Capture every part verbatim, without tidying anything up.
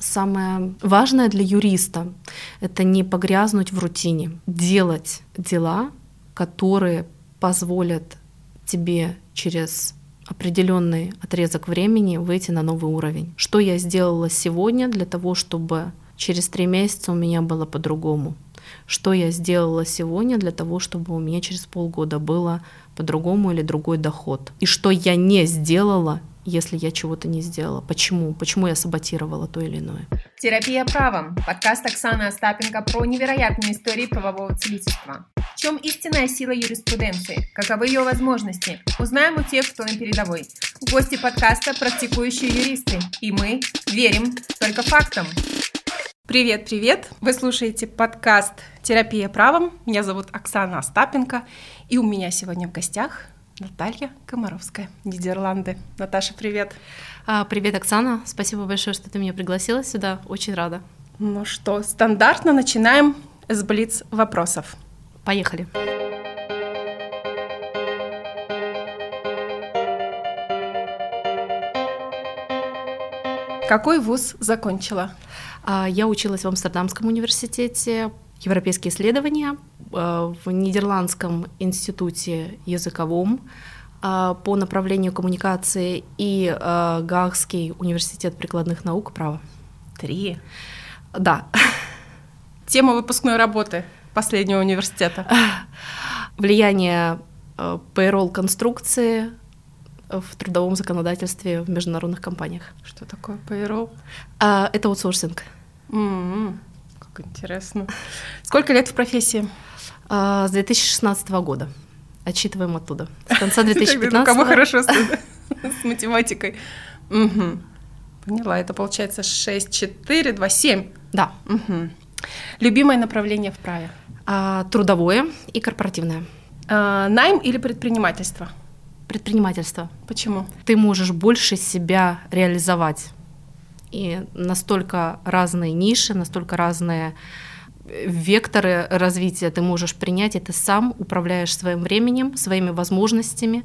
самое важное для юриста — это не погрязнуть в рутине, делать дела, которые позволят тебе через определенный отрезок времени выйти на новый уровень. Что я сделала сегодня для того, чтобы через три месяца у меня было по-другому? Что я сделала сегодня для того, чтобы у меня через полгода было по-другому или другой доход? И что я не сделала, если я чего-то не сделала? Почему? Почему я саботировала то или иное? Терапия правом. Подкаст Оксаны Остапенко про невероятные истории правового целительства. В чем истинная сила юриспруденции? Каковы ее возможности? Узнаем у тех, кто на передовой. Гости подкаста – практикующие юристы. И мы верим только фактам. Привет-привет! Вы слушаете подкаст «Терапия правом». Меня зовут Оксана Остапенко. И у меня сегодня в гостях Наталья Комаровская, Нидерланды. Наташа, привет! А, привет, Оксана. Спасибо большое, что ты меня пригласила сюда. Очень рада. Ну что, стандартно начинаем с блиц-вопросов. Поехали. Какой вуз закончила? Я училась в Амстердамском университете, европейские исследования, в Нидерландском институте языковом по направлению коммуникации и Гаагский университет прикладных наук, право. Три. Да. Тема выпускной работы последнего университета. Влияние payroll-конструкции в трудовом законодательстве в международных компаниях. Что такое payroll? Это аутсорсинг. Mm-hmm. Как интересно. Сколько лет в профессии? С две тысячи шестнадцатого года. Отсчитываем оттуда. С конца две тысячи пятнадцатого. Кому хорошо с математикой. Поняла, это получается шесть, четыре, два, семь. Да. Любимое направление в праве? Трудовое и корпоративное. Найм или предпринимательство? Предпринимательство. Почему? Ты можешь больше себя реализовать. И настолько разные ниши, настолько разные векторы развития ты можешь принять, и ты сам управляешь своим временем, своими возможностями.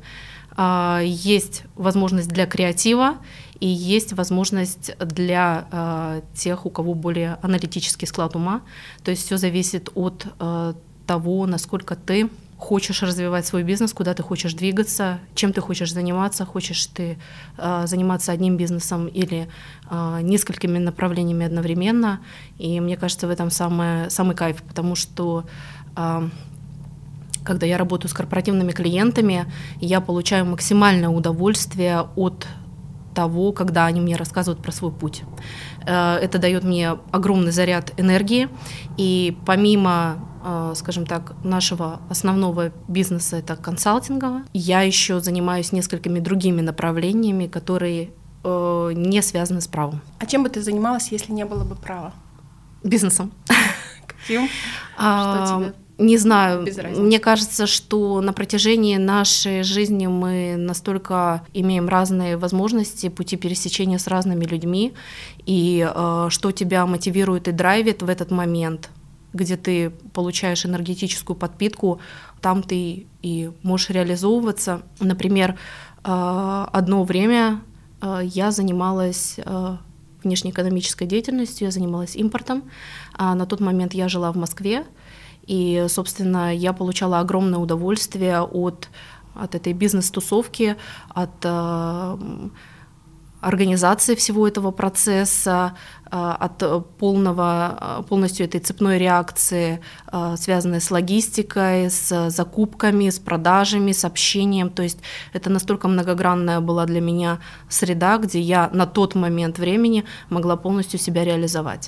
Есть возможность для креатива, и есть возможность для тех, у кого более аналитический склад ума. То есть все зависит от того, насколько ты хочешь развивать свой бизнес, куда ты хочешь двигаться, чем ты хочешь заниматься, хочешь ты э, заниматься одним бизнесом или э, несколькими направлениями одновременно. И мне кажется, в этом самый, самый кайф, потому что э, когда я работаю с корпоративными клиентами, я получаю максимальное удовольствие от того, когда они мне рассказывают про свой путь. Это дает мне огромный заряд энергии, и помимо, скажем так, нашего основного бизнеса, это консалтинга, я еще занимаюсь несколькими другими направлениями, которые не связаны с правом. А чем бы ты занималась, если не было бы права? Бизнесом. Каким? Что тебе? Не знаю, мне кажется, что на протяжении нашей жизни мы настолько имеем разные возможности, пути пересечения с разными людьми, и э, что тебя мотивирует и драйвит в этот момент, где ты получаешь энергетическую подпитку, там ты и можешь реализовываться. Например, э, одно время э, я занималась э, внешнеэкономической деятельностью, я занималась импортом, а на тот момент я жила в Москве. И, собственно, я получала огромное удовольствие от, от этой бизнес-тусовки, от э, организации всего этого процесса, э, от полного, полностью этой цепной реакции, э, связанной с логистикой, с закупками, с продажами, с общением. То есть это настолько многогранная была для меня среда, где я на тот момент времени могла полностью себя реализовать.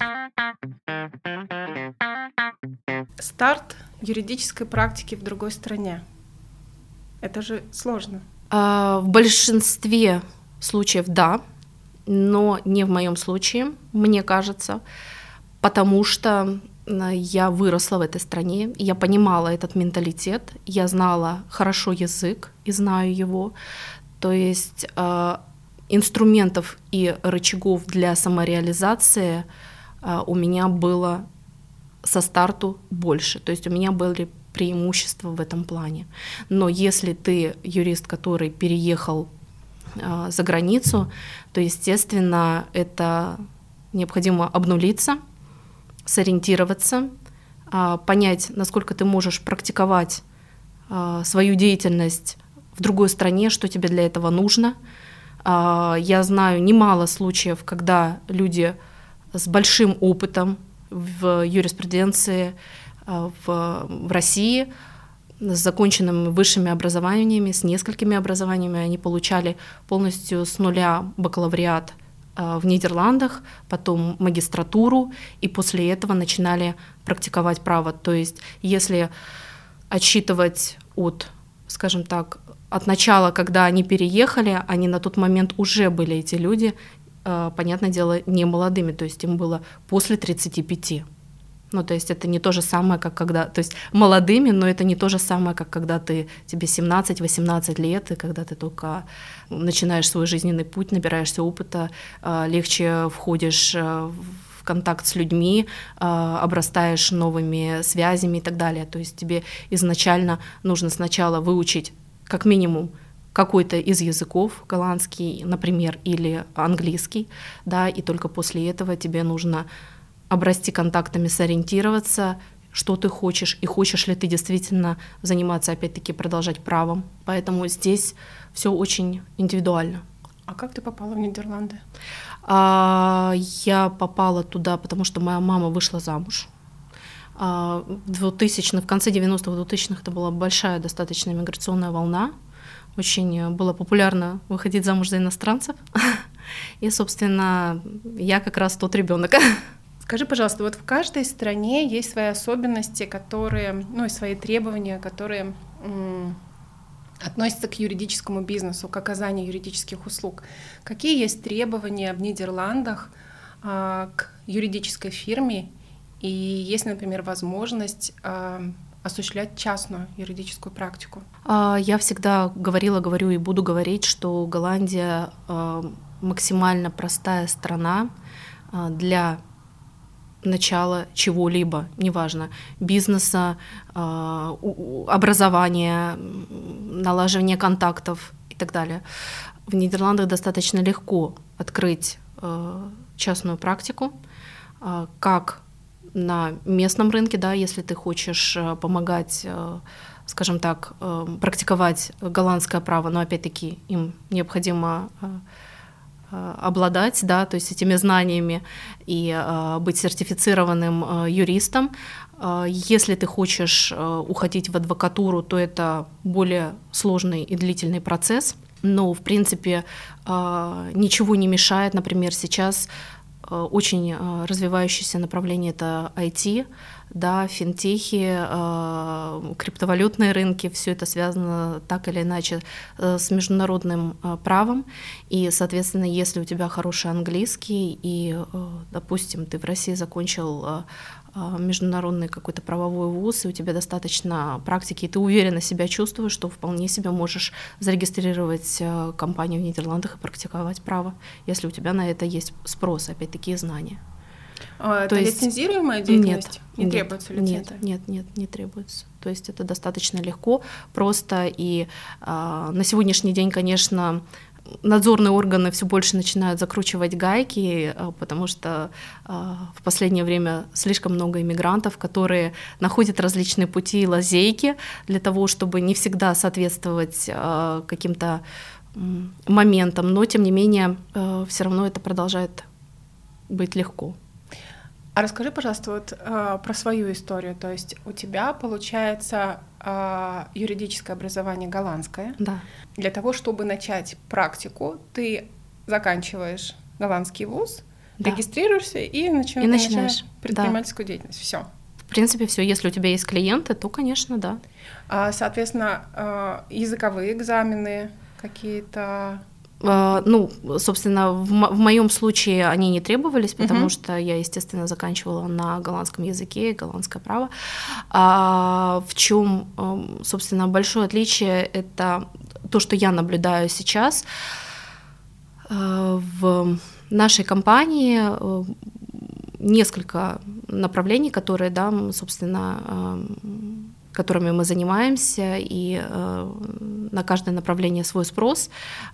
Старт юридической практики в другой стране. Это же сложно. В большинстве случаев да, но не в моем случае, мне кажется, потому что я выросла в этой стране, я понимала этот менталитет, я знала хорошо язык и знаю его. То есть инструментов и рычагов для самореализации у меня было со старту больше. То есть у меня были преимущества в этом плане. Но если ты юрист, который переехал э, за границу, то, естественно, это необходимо обнулиться, сориентироваться, понять, насколько ты можешь практиковать свою деятельность в другой стране, что тебе для этого нужно. Я знаю немало случаев, когда люди с большим опытом в юриспруденции в, в России, с законченными высшими образованиями, с несколькими образованиями, они получали полностью с нуля бакалавриат в Нидерландах, потом магистратуру, и после этого начинали практиковать право. То есть если отсчитывать от, скажем так, от начала, когда они переехали, они на тот момент уже были, эти люди, понятное дело, не молодыми, то есть им было после тридцати пяти. Ну, то есть это не то же самое, как когда... То есть молодыми, но это не то же самое, как когда ты, тебе семнадцать-восемнадцать лет, и когда ты только начинаешь свой жизненный путь, набираешься опыта, легче входишь в контакт с людьми, обрастаешь новыми связями и так далее. То есть тебе изначально нужно сначала выучить как минимум какой-то из языков, голландский, например, или английский, да, и только после этого тебе нужно обрасти контактами, сориентироваться, что ты хочешь, и хочешь ли ты действительно заниматься, опять-таки, продолжать правом. Поэтому здесь все очень индивидуально. А как ты попала в Нидерланды? А, я попала туда, потому что моя мама вышла замуж. А, в двухтысячных, в конце девяностых, двухтысячных это была большая достаточно миграционная волна. Очень было популярно выходить замуж за иностранцев. И, собственно, я как раз тот ребенок. Скажи, пожалуйста, вот в каждой стране есть свои особенности, которые, ну и свои требования, которые м, относятся к юридическому бизнесу, к оказанию юридических услуг. Какие есть требования в Нидерландах а, к юридической фирме? И есть, например, возможность а, осуществлять частную юридическую практику? Я всегда говорила, говорю и буду говорить, что Голландия максимально простая страна для начала чего-либо, неважно, бизнеса, образования, налаживания контактов и так далее. В Нидерландах достаточно легко открыть частную практику, как на местном рынке, да, если ты хочешь помогать, скажем так, практиковать голландское право, но опять-таки им необходимо обладать, да, то есть этими знаниями и быть сертифицированным юристом. Если ты хочешь уходить в адвокатуру, то это более сложный и длительный процесс, но в принципе ничего не мешает, например, сейчас очень развивающееся направление — это ай ти, да, финтехи, криптовалютные рынки, все это связано так или иначе с международным правом, и, соответственно, если у тебя хороший английский, и, допустим, ты в России закончил международный какой-то правовой вуз, и у тебя достаточно практики, и ты уверенно себя чувствуешь, что вполне себе можешь зарегистрировать компанию в Нидерландах и практиковать право, если у тебя на это есть спрос, опять-таки, и знания. А это есть... лицензируемая деятельность? Нет, не нет, требуется лицензия? Нет, нет, нет, не требуется. То есть это достаточно легко, просто, и а, на сегодняшний день, конечно, надзорные органы все больше начинают закручивать гайки, потому что в последнее время слишком много иммигрантов, которые находят различные пути и лазейки для того, чтобы не всегда соответствовать каким-то моментам, но тем не менее все равно это продолжает быть легко. А расскажи, пожалуйста, вот э, про свою историю. То есть у тебя, получается, э, юридическое образование голландское. Да. Для того, чтобы начать практику, ты заканчиваешь голландский вуз, да. регистрируешься и, начи- и начинаешь, начинаешь предпринимательскую да. деятельность. Все. В принципе, все. Если у тебя есть клиенты, то, конечно, да. А, соответственно, э, языковые экзамены какие-то... Ну, собственно, в, мо- в моем случае они не требовались, потому uh-huh. что я, естественно, заканчивала на голландском языке, голландское право. А в чем, собственно, большое отличие — это то, что я наблюдаю сейчас. В нашей компании несколько направлений, которые, да, собственно, которыми мы занимаемся, и на каждое направление свой спрос.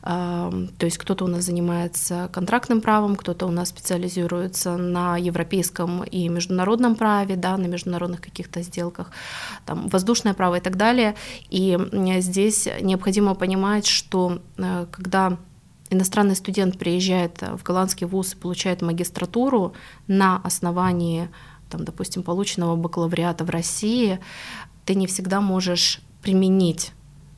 То есть кто-то у нас занимается контрактным правом, кто-то у нас специализируется на европейском и международном праве, да, на международных каких-то сделках, там, воздушное право и так далее. И здесь необходимо понимать, что когда иностранный студент приезжает в голландский вуз и получает магистратуру на основании, там, допустим, полученного бакалавриата в России, ты не всегда можешь применить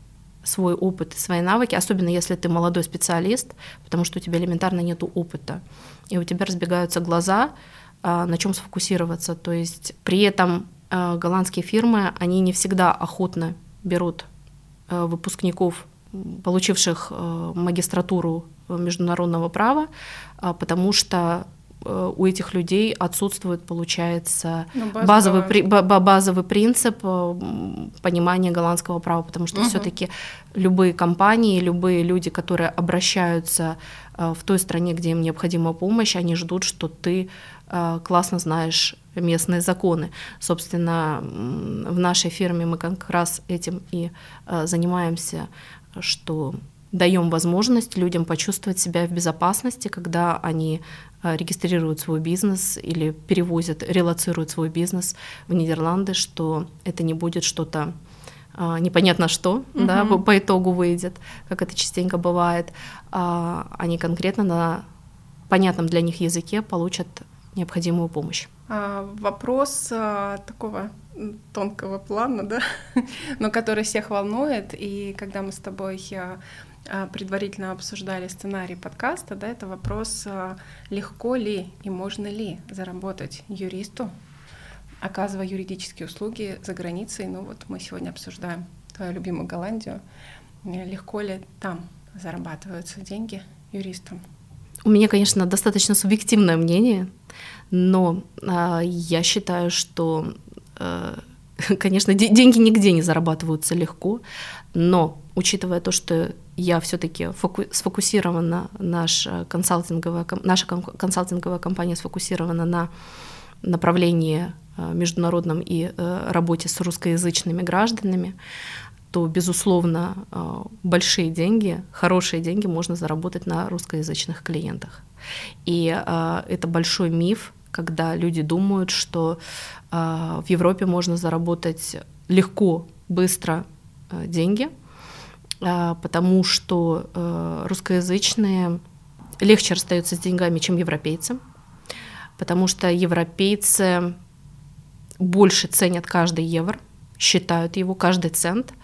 свой опыт и свои навыки, особенно если ты молодой специалист, потому что у тебя элементарно нет опыта, и у тебя разбегаются глаза, на чем сфокусироваться. То есть при этом голландские фирмы, они не всегда охотно берут выпускников, получивших магистратуру международного права, потому что у этих людей отсутствует, получается, ну, базовый, базовый, базовый принцип понимания голландского права, потому что угу. все-таки любые компании, любые люди, которые обращаются в той стране, где им необходима помощь, они ждут, что ты классно знаешь местные законы. Собственно, в нашей фирме мы как раз этим и занимаемся, что даем возможность людям почувствовать себя в безопасности, когда они регистрируют свой бизнес или перевозят, релоцируют свой бизнес в Нидерланды, что это не будет что-то непонятно что, uh-huh. да, по итогу выйдет, как это частенько бывает. Они конкретно на понятном для них языке получат необходимую помощь. А, вопрос а, такого тонкого плана, да, но который всех волнует, и когда мы с тобой а, предварительно обсуждали сценарий подкаста, да, это вопрос, а, легко ли и можно ли заработать юристу, оказывая юридические услуги за границей. Ну вот мы сегодня обсуждаем твою любимую Голландию. Легко ли там зарабатываются деньги юристам? У меня, конечно, достаточно субъективное мнение, но э, я считаю, что, э, конечно, де- деньги нигде не зарабатываются легко, но учитывая то, что я все-таки фоку- сфокусирована, наша консалтинговая, наша консалтинговая компания сфокусирована на направлении э, международном и э, работе с русскоязычными гражданами, то, безусловно, большие деньги, хорошие деньги можно заработать на русскоязычных клиентах. И это большой миф, когда люди думают, что в Европе можно заработать легко, быстро деньги, потому что русскоязычные легче расстаются с деньгами, чем европейцы, потому что европейцы больше ценят каждый евро, считают его, каждый цент,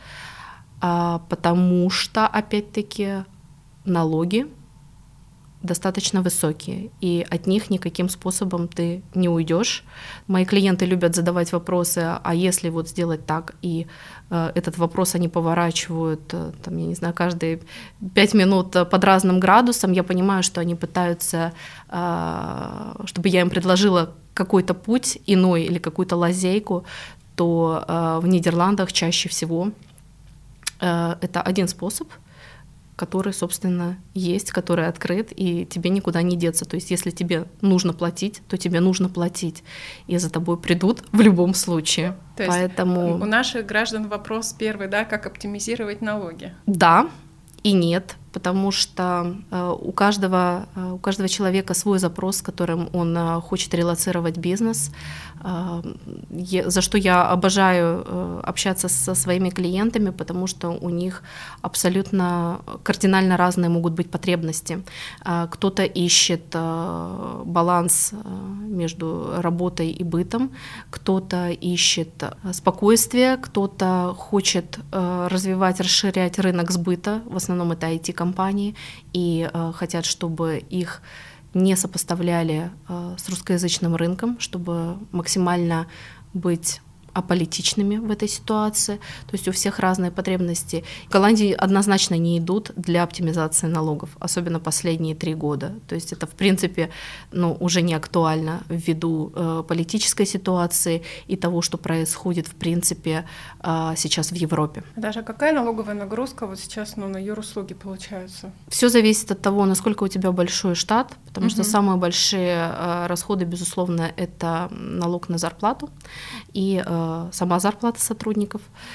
потому что, опять-таки, налоги достаточно высокие, и от них никаким способом ты не уйдешь. Мои клиенты любят задавать вопросы, а если вот сделать так, и э, этот вопрос они поворачивают, э, там, я не знаю, каждые пять минут под разным градусом, я понимаю, что они пытаются, э, чтобы я им предложила какой-то путь иной или какую-то лазейку, то э, в Нидерландах чаще всего э, это один способ, который, собственно, есть, который открыт, и тебе никуда не деться. То есть если тебе нужно платить, то тебе нужно платить, и за тобой придут в любом случае. То Поэтому... есть у наших граждан вопрос первый, да, как оптимизировать налоги? Да и нет, потому что э, у каждого, э, у каждого человека свой запрос, с которым он э, хочет релоцировать бизнес, э, е, за что я обожаю э, общаться со своими клиентами, потому что у них абсолютно кардинально разные могут быть потребности. Э, кто-то ищет э, баланс э, между работой и бытом, кто-то ищет спокойствие, кто-то хочет э, развивать, расширять рынок сбыта, в основном это ай ти-компании, и э, хотят, чтобы их не сопоставляли э, с русскоязычным рынком, чтобы максимально быть аполитичными в этой ситуации. То есть у всех разные потребности. В Голландии однозначно не идут для оптимизации налогов, особенно последние три года. То есть это, в принципе, ну, уже не актуально ввиду э, политической ситуации и того, что происходит, в принципе, э, сейчас в Европе. Даже какая налоговая нагрузка вот сейчас, ну, на юруслуги получается? Все зависит от того, насколько у тебя большой штат, потому угу. что самые большие э, расходы, безусловно, это налог на зарплату и э, сама зарплата сотрудников.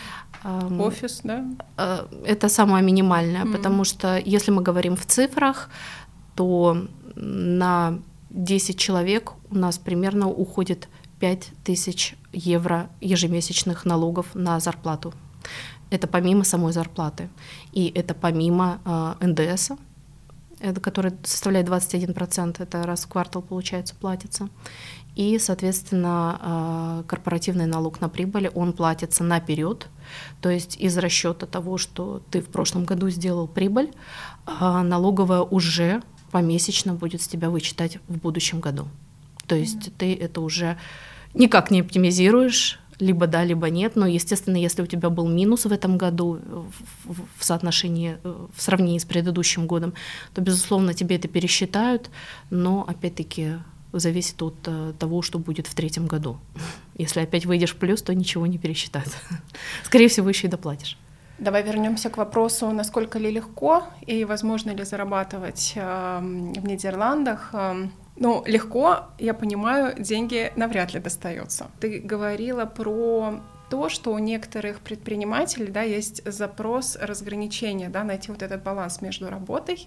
Офис, да? Это самое минимальное, Mm-hmm. потому что если мы говорим в цифрах, то на десять человек у нас примерно уходит пять тысяч евро ежемесячных налогов на зарплату. Это помимо самой зарплаты. И это помимо э, эн дэ эса, это, который составляет двадцать один процент, это раз в квартал, получается, платится. И, соответственно, э, корпоративный налог на прибыль, он платится наперед, то есть из расчета того, что ты в прошлом году сделал прибыль, э, налоговая уже помесячно будет с тебя вычитать в будущем году. То есть mm-hmm. ты это уже никак не оптимизируешь, либо да, либо нет, но, естественно, если у тебя был минус в этом году в, в соотношении, в сравнении с предыдущим годом, то, безусловно, тебе это пересчитают, но, опять-таки, зависит от того, что будет в третьем году. Если опять выйдешь в плюс, то ничего не пересчитают. Скорее всего, еще и доплатишь. Давай вернемся к вопросу, насколько ли легко и возможно ли зарабатывать э, в Нидерландах. Ну, легко, я понимаю, деньги навряд ли достаются. Ты говорила про то, что у некоторых предпринимателей, да, есть запрос разграничения, да, найти вот этот баланс между работой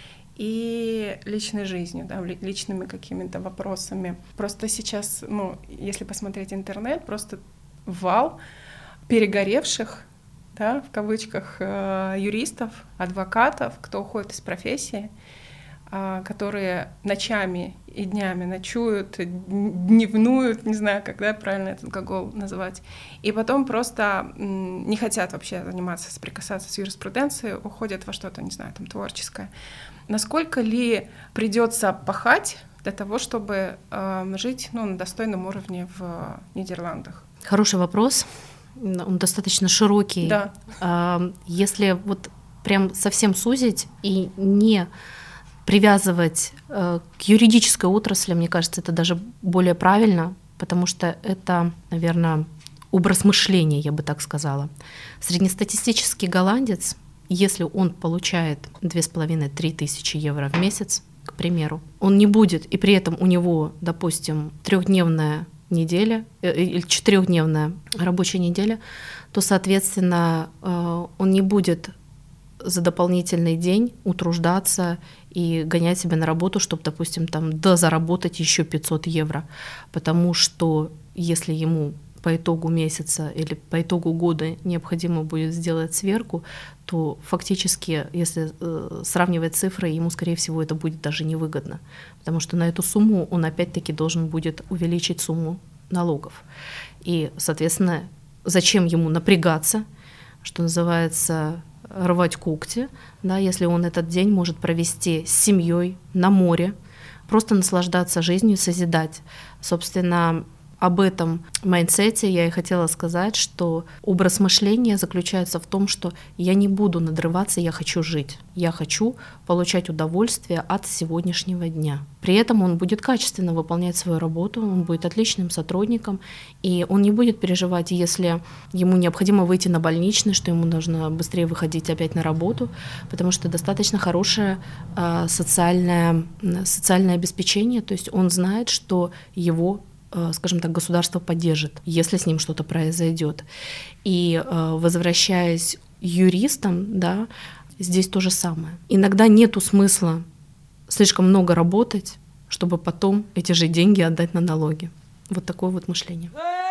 и личной жизнью, да, личными какими-то вопросами. Просто сейчас, ну, если посмотреть интернет, просто вал перегоревших, да, в кавычках, юристов, адвокатов, кто уходит из профессии, которые ночами и днями ночуют, дневнуют, не знаю, как, да, правильно этот глагол называть, и потом просто не хотят вообще заниматься, соприкасаться с юриспруденцией, уходят во что-то, не знаю, там, творческое. Насколько ли придется пахать для того, чтобы э, жить, ну, на достойном уровне в Нидерландах? Хороший вопрос. Он достаточно широкий. Да. Если вот прям совсем сузить и не привязывать к юридической отрасли, мне кажется, это даже более правильно, потому что это, наверное, образ мышления, я бы так сказала. Среднестатистический голландец, если он получает две с половиной-три тысячи евро в месяц, к примеру, он не будет, и при этом у него, допустим, трехдневная неделя или четырехдневная рабочая неделя, то, соответственно, он не будет за дополнительный день утруждаться и гонять себя на работу, чтобы, допустим, там дозаработать еще пятьсот евро, потому что если ему по итогу месяца или по итогу года необходимо будет сделать сверку, то фактически, если э, сравнивать цифры, ему, скорее всего, это будет даже невыгодно, потому что на эту сумму он опять-таки должен будет увеличить сумму налогов. И, соответственно, зачем ему напрягаться, что называется, рвать когти, да, если он этот день может провести с семьей на море, просто наслаждаться жизнью, созидать. Собственно, об этом майндсете я и хотела сказать, что образ мышления заключается в том, что я не буду надрываться, я хочу жить. Я хочу получать удовольствие от сегодняшнего дня. При этом он будет качественно выполнять свою работу, он будет отличным сотрудником, и он не будет переживать, если ему необходимо выйти на больничный, что ему нужно быстрее выходить опять на работу, потому что достаточно хорошее э, социальное, социальное обеспечение, то есть он знает, что его, скажем так, государство поддержит, если с ним что-то произойдет. И возвращаясь юристам, да, здесь то же самое. Иногда нету смысла слишком много работать, чтобы потом эти же деньги отдать на налоги. Вот такое вот мышление.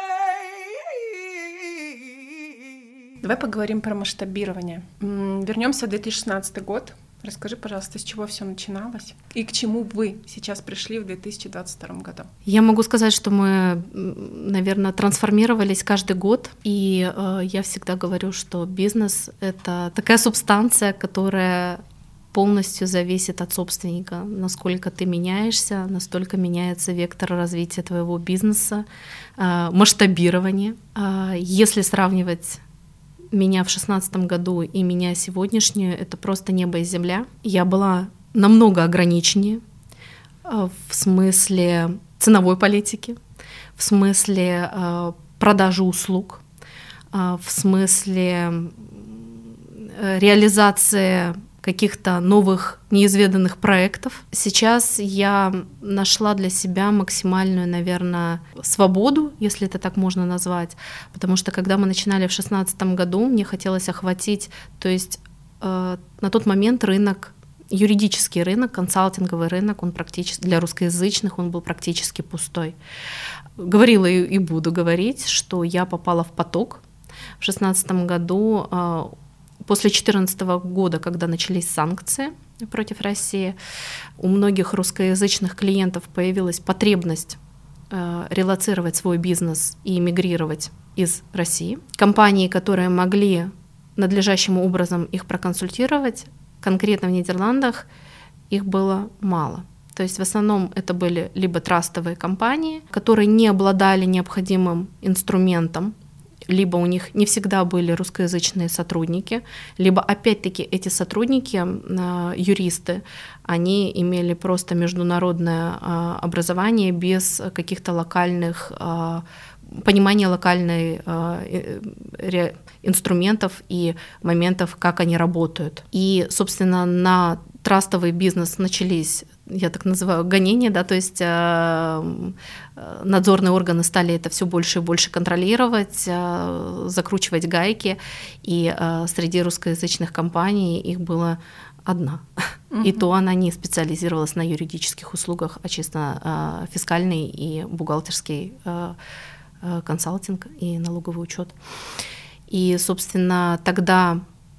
Давай поговорим про масштабирование. Вернемся в две тысячи шестнадцатый год. Расскажи, пожалуйста, с чего все начиналось и к чему вы сейчас пришли в две тысячи двадцать втором году? Я могу сказать, что мы, наверное, трансформировались каждый год, и э, я всегда говорю, что бизнес — это такая субстанция, которая полностью зависит от собственника. Насколько ты меняешься, настолько меняется вектор развития твоего бизнеса, э, масштабирование. Э, если сравнивать меня в шестнадцатом году и меня сегодняшнюю, это просто небо и земля. Я была намного ограниченнее в смысле ценовой политики, в смысле продажи услуг, в смысле реализации каких-то новых неизведанных проектов. Сейчас я нашла для себя максимальную, наверное, свободу, если это так можно назвать, потому что когда мы начинали в две тысячи шестнадцатом году, мне хотелось охватить, то есть э, на тот момент рынок, юридический рынок, консалтинговый рынок, он практически для русскоязычных он был практически пустой. Говорила и, и буду говорить, что я попала в поток. В две тысячи шестнадцатом году, после две тысячи четырнадцатого года, когда начались санкции против России, у многих русскоязычных клиентов появилась потребность релоцировать свой бизнес и эмигрировать из России. Компании, которые могли надлежащим образом их проконсультировать, конкретно в Нидерландах, их было мало. То есть в основном это были либо трастовые компании, которые не обладали необходимым инструментом, либо у них не всегда были русскоязычные сотрудники, либо опять-таки эти сотрудники, юристы, они имели просто международное образование без каких-то локальных, понимания локальной инструментов и моментов, как они работают. И, собственно, на трастовый бизнес начались, я так называю, гонения, да, то есть э, надзорные органы стали это все больше и больше контролировать, э, закручивать гайки, и э, среди русскоязычных компаний их было одна. Uh-huh. И то она не специализировалась на юридических услугах, а чисто э, фискальный и бухгалтерский э, э, консалтинг и налоговый учет. И, собственно, тогда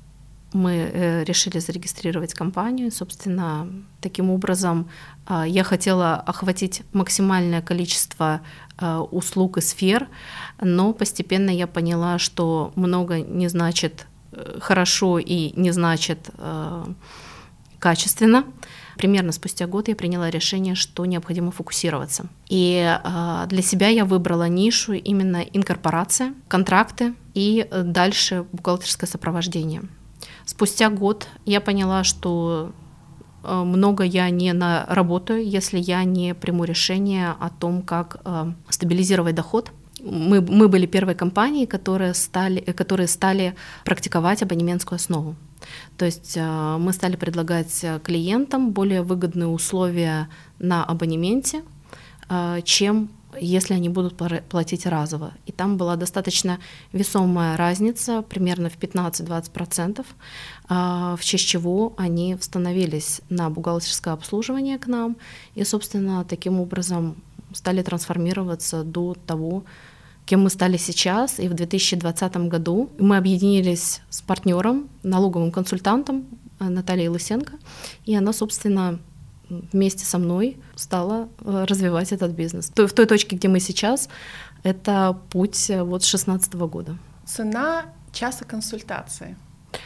мы решили зарегистрировать компанию. Собственно, таким образом я хотела охватить максимальное количество услуг и сфер, но постепенно я поняла, что много не значит хорошо и не значит качественно. Примерно спустя год я приняла решение, что необходимо фокусироваться. И для себя я выбрала нишу именно инкорпорация, контракты и дальше бухгалтерское сопровождение. Спустя год я поняла, что много я не наработаю, если я не приму решение о том, как стабилизировать доход. Мы, мы были первой компанией, которые стали, которые стали практиковать абонементскую основу. То есть мы стали предлагать клиентам более выгодные условия на абонементе, чем если они будут платить разово. И там была достаточно весомая разница, примерно в пятнадцать-двадцать процентов, в честь чего они становились на бухгалтерское обслуживание к нам и, собственно, таким образом стали трансформироваться до того, кем мы стали сейчас. И в две тысячи двадцатом году мы объединились с партнером, налоговым консультантом Натальей Лысенко, и она, собственно, вместе со мной стала развивать этот бизнес. В той точке, где мы сейчас, это путь вот с две тысячи шестнадцатого года. Цена часа консультации?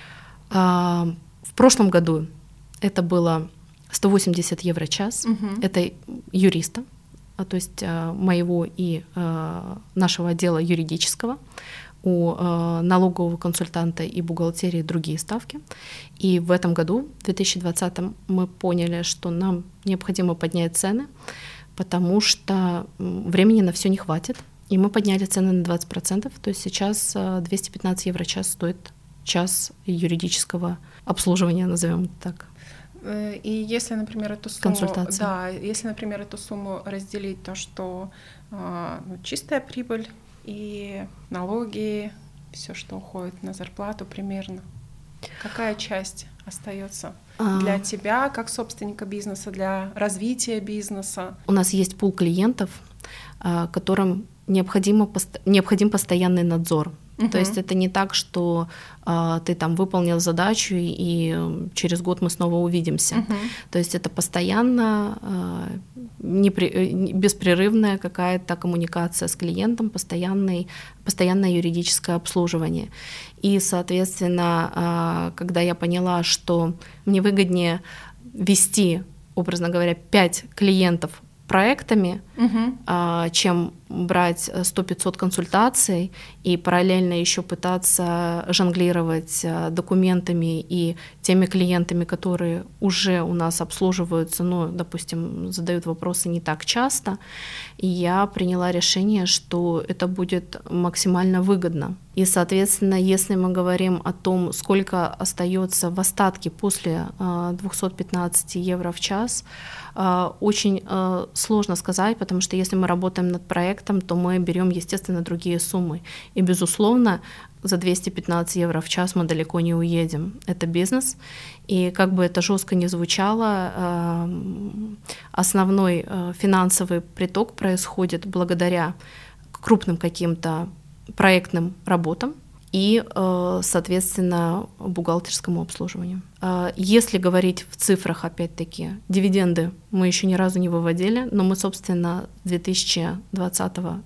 А, в прошлом году это было сто восемьдесят евро час. Угу. Это юриста, то есть моего и нашего отдела юридического. У э, налогового консультанта и бухгалтерии другие ставки. И в этом году, в две тысячи двадцатом, мы поняли, что нам необходимо поднять цены, потому что времени на все не хватит. И мы подняли цены на двадцать процентов. То есть сейчас двести пятнадцать евро час стоит час юридического обслуживания, назовем это так. И если, например, эту сумму, да, если, например, эту сумму разделить, то что э, ну, чистая прибыль и налоги, все, что уходит на зарплату примерно. Какая часть остается а... для тебя, как собственника бизнеса, для развития бизнеса? У нас есть пул клиентов, которым необходимо, необходим постоянный надзор. Uh-huh. То есть это не так, что а, ты там выполнил задачу и, и через год мы снова увидимся. Uh-huh. То есть это постоянно а, непри, беспрерывная какая-то коммуникация с клиентом, постоянный, постоянное юридическое обслуживание. И, соответственно, а, когда я поняла, что мне выгоднее вести, образно говоря, пять клиентов проектами, uh-huh. а, чем брать сто-пятьсот консультаций и параллельно еще пытаться жонглировать документами и теми клиентами, которые уже у нас обслуживаются, ну, допустим, задают вопросы не так часто, и я приняла решение, что это будет максимально выгодно. И, соответственно, если мы говорим о том, сколько остается в остатке после двести пятнадцать евро в час, очень сложно сказать, потому что если мы работаем над проектом, то мы берем, естественно, другие суммы. И, безусловно, за двести пятнадцать евро в час мы далеко не уедем. Это бизнес. И как бы это жестко ни звучало, основной финансовый приток происходит благодаря крупным каким-то проектным работам и, соответственно, бухгалтерскому обслуживанию. Если говорить в цифрах, опять-таки, дивиденды мы еще ни разу не выводили, но мы, собственно, с две тысячи двадцатого,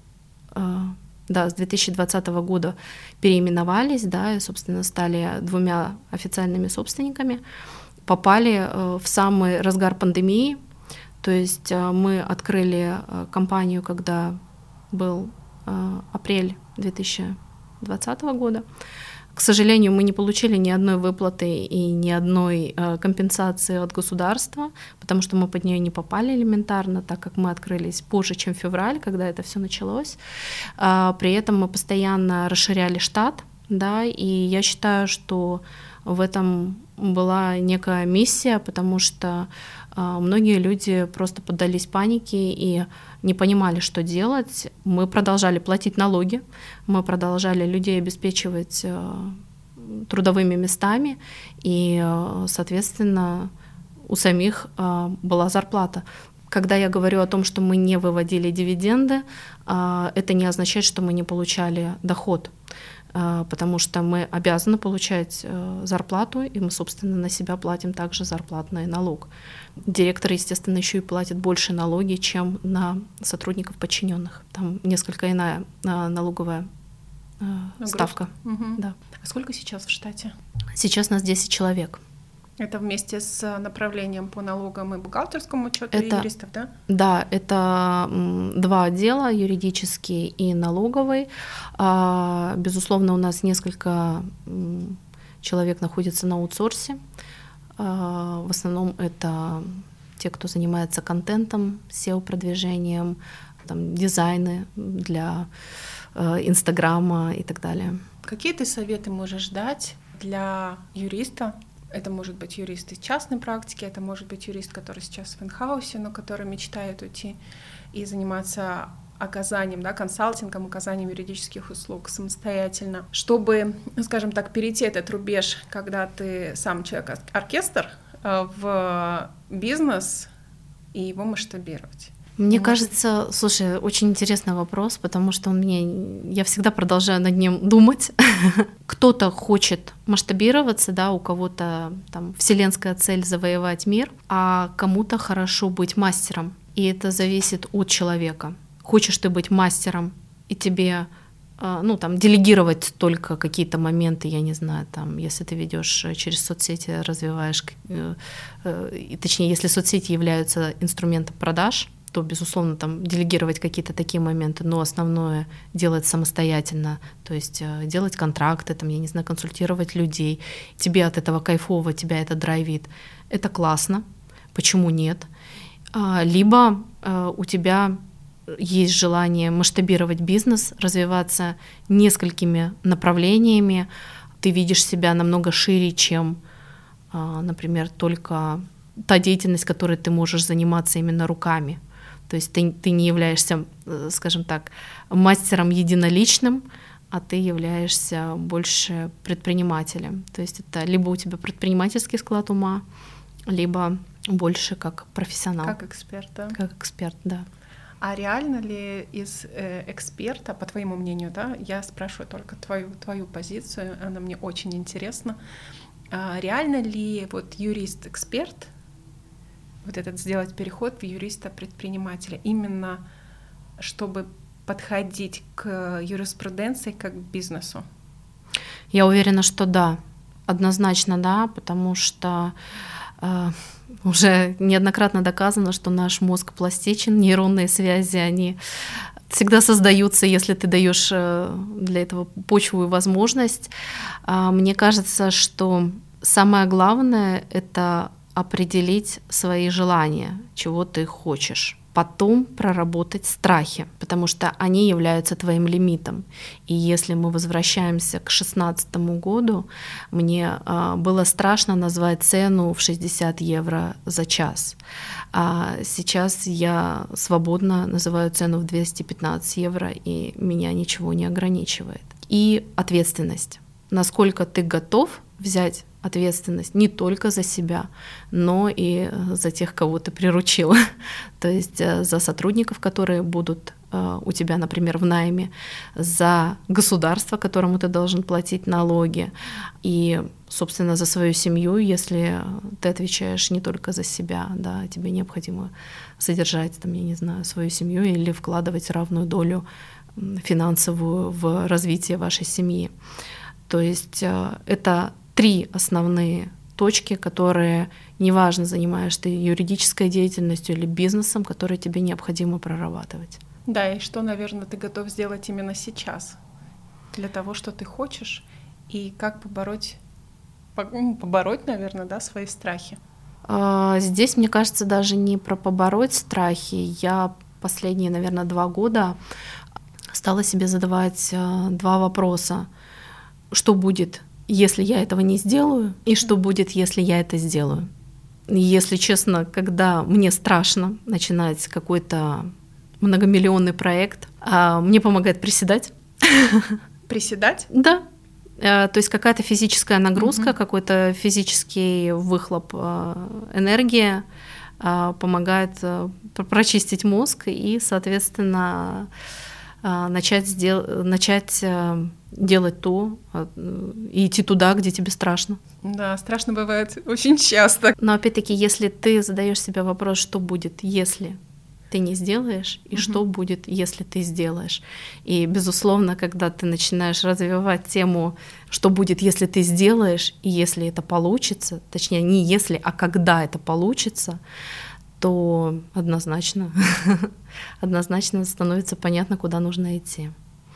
да, с две тысячи двадцатого года переименовались, да, и, собственно, стали двумя официальными собственниками, попали в самый разгар пандемии, то есть мы открыли компанию, когда был апрель две тысячи двадцатого года. К сожалению, мы не получили ни одной выплаты и ни одной э, компенсации от государства, потому что мы под нее не попали элементарно, так как мы открылись позже, чем февраль, когда это все началось. А, при этом мы постоянно расширяли штат, да, и я считаю, что в этом была некая миссия, потому что э, многие люди просто поддались панике и не понимали, что делать. Мы продолжали платить налоги, мы продолжали людей обеспечивать э, трудовыми местами, и, э, соответственно, у самих э, была зарплата. Когда я говорю о том, что мы не выводили дивиденды, э, это не означает, что мы не получали доход, э, потому что мы обязаны получать э, зарплату, и мы, собственно, на себя платим также зарплатный налог. Директоры, естественно, еще и платят больше налоги, чем на сотрудников подчиненных. Там несколько иная налоговая э, ставка. Угу. Да. А сколько сейчас в штате? Сейчас нас десять человек. Это вместе с направлением по налогам и бухгалтерскому учету это, юристов, да? Да, это два отдела, юридический и налоговый. А, безусловно, у нас несколько человек находится на аутсорсе. В основном это те, кто занимается контентом, сео-продвижением, там, дизайны для э, Инстаграма и так далее. Какие ты советы можешь дать для юриста? Это может быть юрист из частной практики, это может быть юрист, который сейчас в инхаусе, но который мечтает уйти и заниматься оказанием, да, консалтингом, оказанием юридических услуг самостоятельно, чтобы, скажем так, перейти этот рубеж, когда ты сам человек-оркестр, в бизнес и его масштабировать. Мне Может... кажется, слушай, очень интересный вопрос, потому что он мне, я всегда продолжаю над ним думать. Кто-то хочет масштабироваться, да, у кого-то там вселенская цель завоевать мир, а кому-то хорошо быть мастером, и это зависит от человека. Хочешь ты быть мастером, и тебе, ну, там, делегировать только какие-то моменты, я не знаю, там, если ты ведешь через соцсети, развиваешь, точнее, если соцсети являются инструментом продаж, то, безусловно, там, делегировать какие-то такие моменты, но основное делать самостоятельно, то есть делать контракты, там, я не знаю, консультировать людей, тебе от этого кайфово, тебя это драйвит, это классно, почему нет? Либо у тебя есть желание масштабировать бизнес, развиваться несколькими направлениями, ты видишь себя намного шире, чем, например, только та деятельность, которой ты можешь заниматься именно руками. То есть ты, ты не являешься, скажем так, мастером единоличным, а ты являешься больше предпринимателем. То есть это либо у тебя предпринимательский склад ума, либо больше как профессионал. Как эксперт, да? Как эксперт, да. А реально ли из э, эксперта, по твоему мнению, да, я спрашиваю только твою, твою позицию, она мне очень интересна, а реально ли вот юрист-эксперт, вот этот сделать переход в юриста-предпринимателя, именно чтобы подходить к юриспруденции как к бизнесу? Я уверена, что да, однозначно да, потому что э, уже неоднократно доказано, что наш мозг пластичен, нейронные связи, они всегда создаются, если ты даешь для этого почву и возможность. Мне кажется, что самое главное — это определить свои желания, чего ты хочешь. Потом проработать страхи, потому что они являются твоим лимитом. И если мы возвращаемся к шестнадцатому году, мне э, было страшно назвать цену в шестьдесят евро за час. А сейчас я свободно называю цену в двести пятнадцать евро, и меня ничего не ограничивает. И ответственность. Насколько ты готов взять ответственность не только за себя, но и за тех, кого ты приручил. То есть за сотрудников, которые будут у тебя, например, в найме, за государство, которому ты должен платить налоги, и, собственно, за свою семью, если ты отвечаешь не только за себя, да, тебе необходимо содержать, там, я не знаю, свою семью или вкладывать равную долю финансовую в развитие вашей семьи. То есть это три основные точки, которые, неважно, занимаешься ты юридической деятельностью или бизнесом, которые тебе необходимо прорабатывать. Да, и что, наверное, ты готов сделать именно сейчас для того, что ты хочешь, и как побороть, побороть, наверное, да, свои страхи? Здесь, мне кажется, даже не про побороть страхи. Я последние, наверное, два года стала себе задавать два вопроса. Что будет, если я этого не сделаю, и что будет, если я это сделаю. Если честно, когда мне страшно начинать какой-то многомиллионный проект, мне помогает приседать. Приседать? Да. То есть какая-то физическая нагрузка, угу. какой-то физический выхлоп энергии помогает прочистить мозг и, соответственно, начать, сдел- начать делать то и идти туда, где тебе страшно. Да, страшно бывает очень часто. Но опять-таки, если ты задаешь себе вопрос, что будет, если ты не сделаешь, и mm-hmm. что будет, если ты сделаешь. И, безусловно, когда ты начинаешь развивать тему, что будет, если ты сделаешь, и если это получится, точнее, не если, а когда это получится, то однозначно, однозначно становится понятно, куда нужно идти.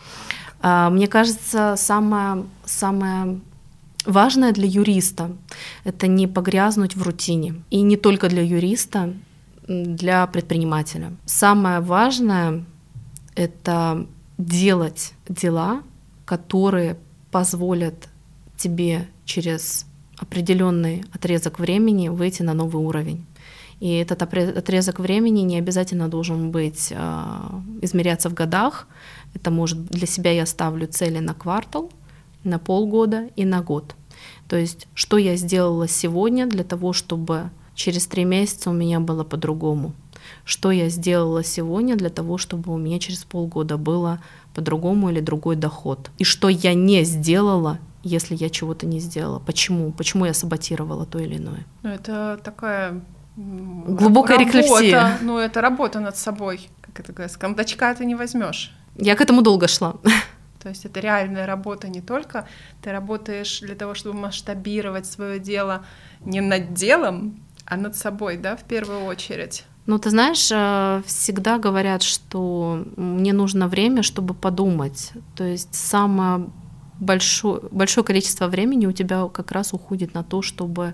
Мне кажется, самое, самое важное для юриста — это не погрязнуть в рутине. И не только для юриста, для предпринимателя. Самое важное — это делать дела, которые позволят тебе через определенный отрезок времени выйти на новый уровень. И этот отрезок времени не обязательно должен быть, измеряться в годах. Это может, для себя я ставлю цели на квартал, на полгода и на год. То есть, что я сделала сегодня для того, чтобы через три месяца у меня было по-другому. Что я сделала сегодня для того, чтобы у меня через полгода было по-другому или другой доход. И что я не сделала, если я чего-то не сделала. Почему? Почему я саботировала то или иное? Это такая глубокая работа, рефлексия. Ну, это работа над собой. Как это говорится, с кондачка ты не возьмешь. Я к этому долго шла. То есть это реальная работа, не только ты работаешь для того, чтобы масштабировать свое дело не над делом, а над собой, да, в первую очередь. Ну, ты знаешь, всегда говорят, что мне нужно время, чтобы подумать. То есть самое большое, большое количество времени у тебя как раз уходит на то, чтобы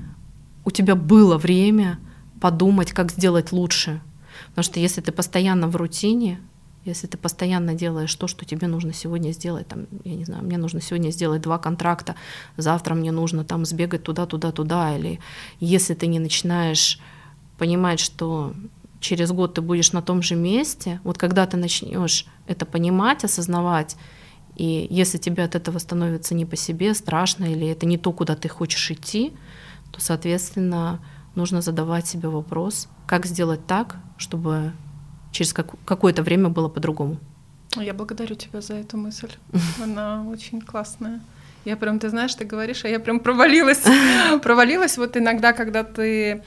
у тебя было время подумать, как сделать лучше. Потому что если ты постоянно в рутине, если ты постоянно делаешь то, что тебе нужно сегодня сделать, там, я не знаю, мне нужно сегодня сделать два контракта, завтра мне нужно там сбегать туда, туда, туда, или если ты не начинаешь понимать, что через год ты будешь на том же месте, вот когда ты начнешь это понимать, осознавать, и если тебе от этого становится не по себе, страшно, или это не то, куда ты хочешь идти, то, соответственно, нужно задавать себе вопрос, как сделать так, чтобы через как- какое-то время было по-другому. Я благодарю тебя за эту мысль. Она очень классная. Я прям, ты знаешь, ты говоришь, а я прям провалилась. Провалилась вот иногда, когда ты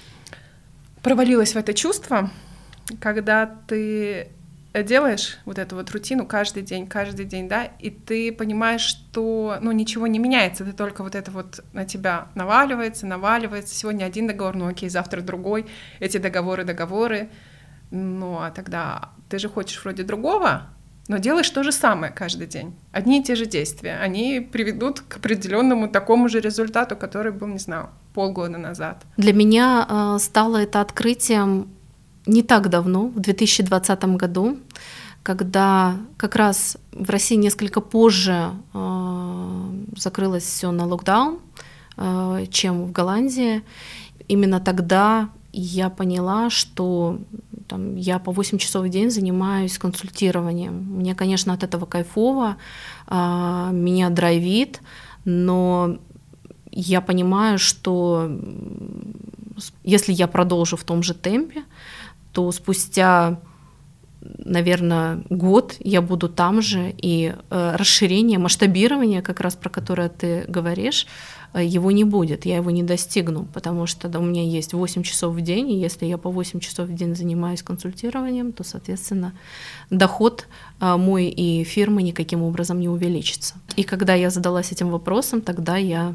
провалилась в это чувство, когда ты делаешь вот эту вот рутину каждый день, каждый день, да, и ты понимаешь, что, ну, ничего не меняется, ты только вот это вот на тебя наваливается, наваливается. Сегодня один договор, ну окей, завтра другой, эти договоры, договоры. Ну, а тогда ты же хочешь вроде другого, но делаешь то же самое каждый день. Одни и те же действия. Они приведут к определенному такому же результату, который был, не знаю, полгода назад. Для меня э, стало это открытием не так давно, в две тысячи двадцатом году, когда как раз в России несколько позже э, закрылось все на локдаун, э, чем в Голландии. Именно тогда я поняла, что там, я по восемь часов в день занимаюсь консультированием. Мне, конечно, от этого кайфово, э, меня драйвит, но я понимаю, что если я продолжу в том же темпе, то спустя, наверное, год я буду там же, и э, расширение, масштабирование, как раз про которое ты говоришь, э, его не будет, я его не достигну, потому что да, у меня есть восемь часов в день, и если я по восемь часов в день занимаюсь консультированием, то, соответственно, доход э, мой и фирмы никаким образом не увеличится. И когда я задалась этим вопросом, тогда я...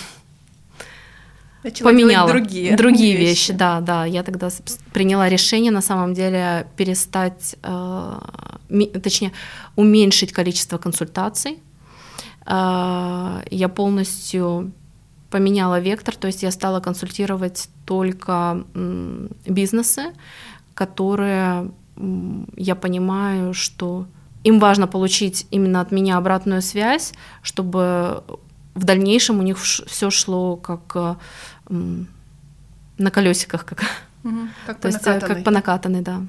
Начала поменяла другие, другие вещи. вещи, да, да. Я тогда приняла решение на самом деле перестать, э, ми, точнее, уменьшить количество консультаций. Э, я полностью поменяла вектор, то есть я стала консультировать только м, бизнесы, которые м, я понимаю, что им важно получить именно от меня обратную связь, чтобы в дальнейшем у них все шло как м, на колесиках, как, угу, как то есть как по накатанной, да.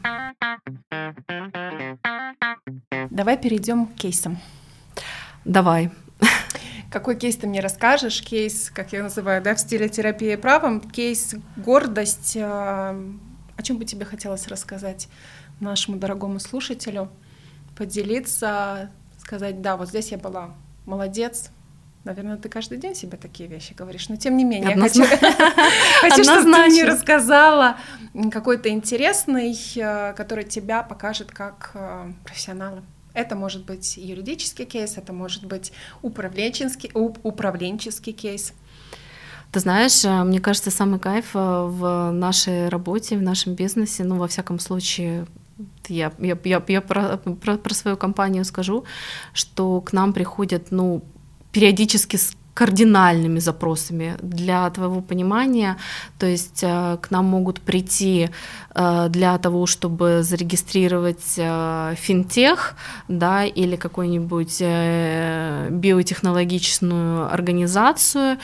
Давай перейдем к кейсам. Давай. Какой кейс ты мне расскажешь? Кейс, как я называю, да, в стиле терапии правом, кейс гордость. О чем бы тебе хотелось рассказать нашему дорогому слушателю? Поделиться, сказать, да, вот здесь я была молодец. Наверное, ты каждый день себе такие вещи говоришь, но тем не менее, Однозна... я хочу, хочу чтобы ты мне рассказала какой-то интересный, который тебя покажет как профессионала. Это может быть юридический кейс, это может быть управленческий, управленческий кейс. Ты знаешь, мне кажется, самый кайф в нашей работе, в нашем бизнесе, ну, во всяком случае, я, я, я, я про, про, про свою компанию скажу, что к нам приходят, ну, периодически с кардинальными запросами для твоего понимания, то есть к нам могут прийти для того, чтобы зарегистрировать финтех, да, или какую-нибудь биотехнологичную организацию,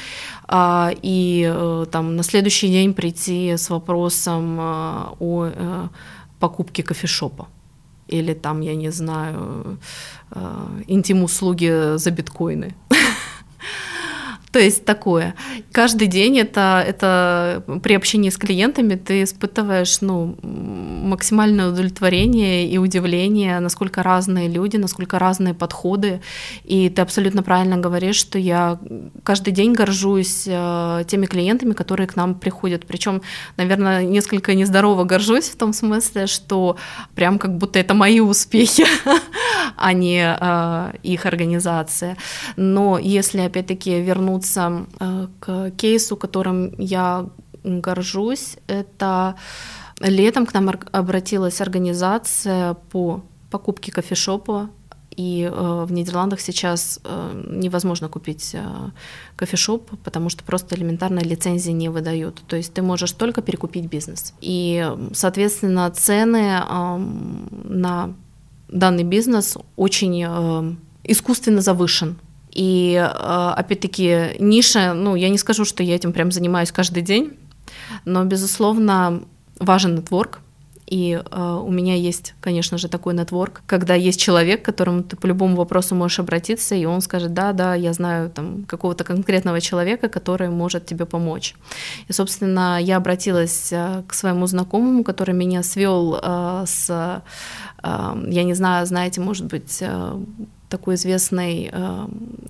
и там на следующий день прийти с вопросом о покупке кофешопа. Или там, я не знаю, интим-услуги за биткоины. То есть такое. Каждый день это, это при общении с клиентами ты испытываешь, ну, максимальное удовлетворение и удивление, насколько разные люди, насколько разные подходы. И ты абсолютно правильно говоришь, что я каждый день горжусь теми клиентами, которые к нам приходят. Причем, наверное, несколько нездорово горжусь в том смысле, что прям как будто это мои успехи, а не их организация. Но если, опять-таки, вернуться к кейсу, которым я горжусь, это летом к нам обратилась организация по покупке кофешопа, и в Нидерландах сейчас невозможно купить кофешоп, потому что просто элементарно лицензии не выдают. То есть ты можешь только перекупить бизнес. И, соответственно, цены на данный бизнес очень искусственно завышен. И, опять-таки, ниша, ну, я не скажу, что я этим прям занимаюсь каждый день, но, безусловно, важен нетворк, и у меня есть, конечно же, такой нетворк, когда есть человек, к которому ты по любому вопросу можешь обратиться, и он скажет, да, да, я знаю там какого-то конкретного человека, который может тебе помочь. И, собственно, я обратилась к своему знакомому, который меня свел с, я не знаю, знаете, может быть, такой известной э,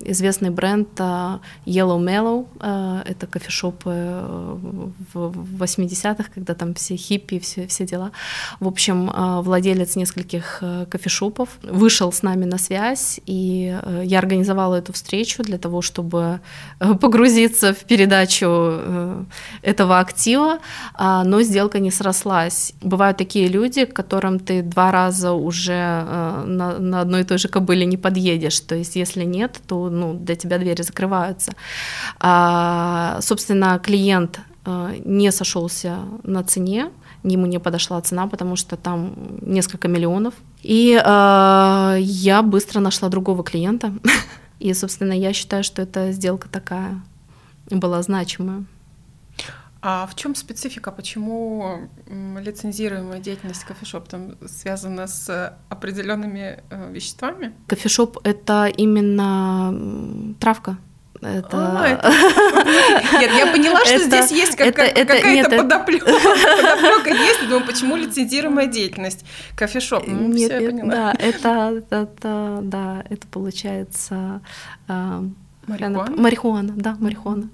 известный бренд Yellow Mellow. Это кофешопы в восьмидесятых, когда там все хиппи, все, все дела. В общем, владелец нескольких кофешопов вышел с нами на связь, и я организовала эту встречу для того, чтобы погрузиться в передачу этого актива, но сделка не срослась. Бывают такие люди, к которым ты два раза уже на, на одной и той же кобыле не подъедешь. То есть если нет, то ну, для тебя двери закрываются. А, собственно, клиент не сошелся на цене, ему не подошла цена, потому что там несколько миллионов. И э, я быстро нашла другого клиента. И, собственно, я считаю, что эта сделка такая была значимая. А в чем специфика? Почему лицензируемая деятельность кофешоп там связана с определенными веществами? Кофешоп — это именно травка. Это... А, это... Нет, я поняла, что это, здесь есть как, это, как, это, какая-то нет, подоплёка. Подоплёка есть. Я думаю, почему лицензируемая деятельность кофешоп? Ну, нет, все, я нет, поняла. Да, это, это, да, это получается э, марихуана? Марихуана, да, марихуана.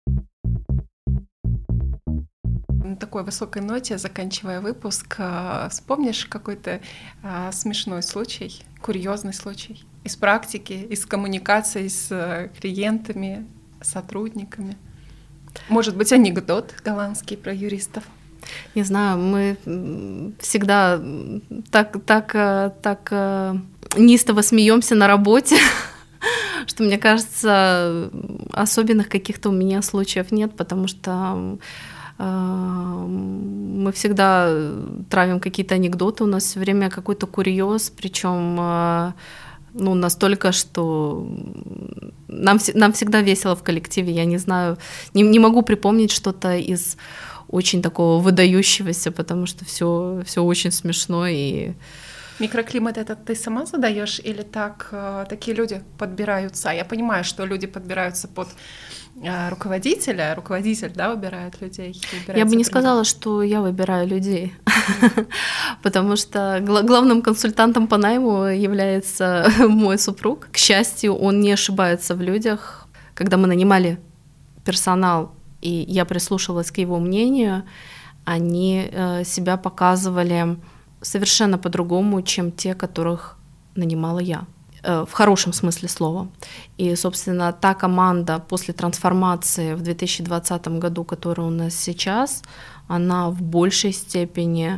На такой высокой ноте, заканчивая выпуск, вспомнишь какой-то а, смешной случай, курьезный случай из практики, из коммуникации с клиентами, сотрудниками? Может быть, анекдот голландский про юристов? Не знаю, мы всегда так, так, так неистово смеемся на работе, что, мне кажется, особенных каких-то у меня случаев нет, потому что мы всегда травим какие-то анекдоты, у нас все время какой-то курьез, причем ну, настолько, что нам, нам всегда весело в коллективе. Я не знаю, не, не могу припомнить что-то из очень такого выдающегося, потому что все, все очень смешно. И... Микроклимат этот ты сама задаешь или так такие люди подбираются? Я понимаю, что люди подбираются под руководителя, руководитель, да, выбирает людей. Я бы не сказала, что я выбираю людей, потому что главным консультантом по найму является мой супруг. К счастью, он не ошибается в людях. Когда мы нанимали персонал, и я прислушивалась к его мнению, они себя показывали совершенно по-другому, чем те, которых нанимала я. В хорошем смысле слова. И, собственно, та команда после трансформации в две тысячи двадцатом году, которая у нас сейчас, она в большей степени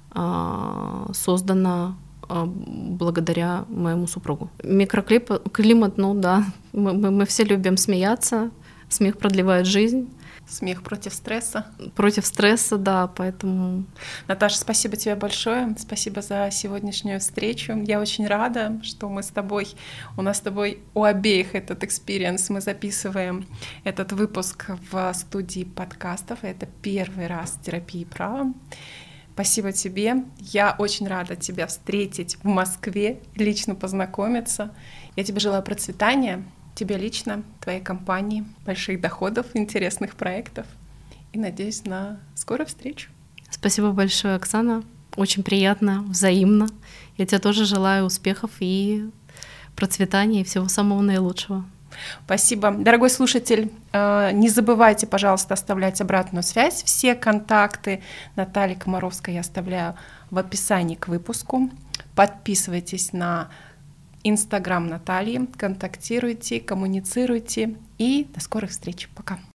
э, создана э, благодаря моему супругу. Микроклимат, ну да, мы, мы, мы все любим смеяться, смех продлевает жизнь. Смех против стресса. Против стресса, да, поэтому... Наташа, спасибо тебе большое, спасибо за сегодняшнюю встречу. Я очень рада, что мы с тобой, у нас с тобой у обеих этот экспириенс, мы записываем этот выпуск в студии подкастов, это первый раз терапии правом. Спасибо тебе, я очень рада тебя встретить в Москве, лично познакомиться. Я тебе желаю процветания, тебе лично, твоей компании, больших доходов, интересных проектов. И надеюсь на скорую встречу. Спасибо большое, Оксана. Очень приятно, взаимно. Я тебе тоже желаю успехов и процветания, и всего самого наилучшего. Спасибо. Дорогой слушатель, не забывайте, пожалуйста, оставлять обратную связь. Все контакты Натальи Комаровской я оставляю в описании к выпуску. Подписывайтесь на Инстаграм Натальи, контактируйте, коммуницируйте и до скорых встреч. Пока.